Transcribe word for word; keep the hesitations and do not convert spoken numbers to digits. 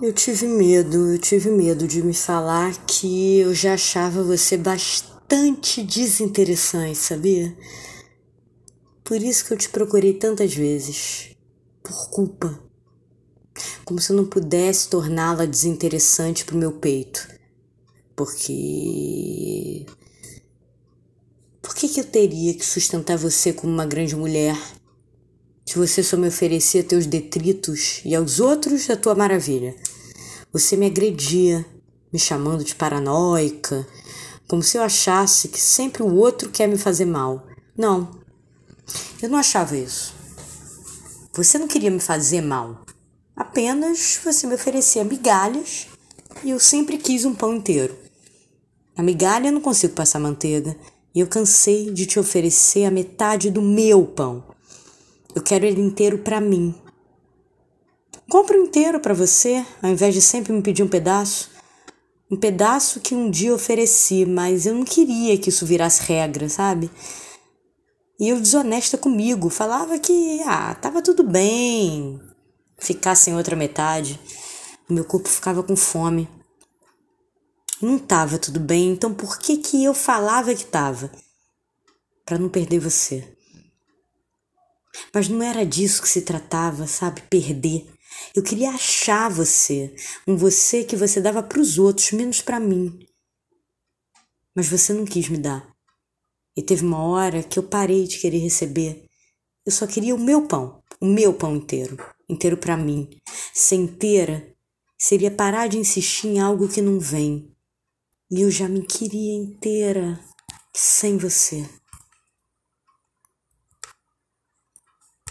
Eu tive medo, eu tive medo de me falar que eu já achava você bastante desinteressante, sabia? Por isso que eu te procurei tantas vezes. Por culpa. Como se eu não pudesse torná-la desinteressante pro meu peito. Porque... Por que que eu teria que sustentar você como uma grande mulher? Se você só me oferecia teus detritos e aos outros a tua maravilha. Você me agredia, me chamando de paranoica, como se eu achasse que sempre o outro quer me fazer mal. Não, eu não achava isso. Você não queria me fazer mal. Apenas você me oferecia migalhas e eu sempre quis um pão inteiro. A migalha eu não consigo passar manteiga e eu cansei de te oferecer a metade do meu pão. Eu quero ele inteiro para mim. Compro inteiro para você, ao invés de sempre me pedir um pedaço. Um pedaço que um dia ofereci, mas eu não queria que isso virasse regra, sabe? E eu desonesta comigo, falava que, ah, tava tudo bem ficar sem outra metade. O meu corpo ficava com fome. Não tava tudo bem, então por que que eu falava que tava? Pra não perder você. Mas não era disso que se tratava, sabe? Perder. Eu queria achar você, um você que você dava pros outros, menos pra mim. Mas você não quis me dar. E teve uma hora que eu parei de querer receber. Eu só queria o meu pão, o meu pão inteiro, inteiro pra mim. Ser inteira seria parar de insistir em algo que não vem. E eu já me queria inteira sem você.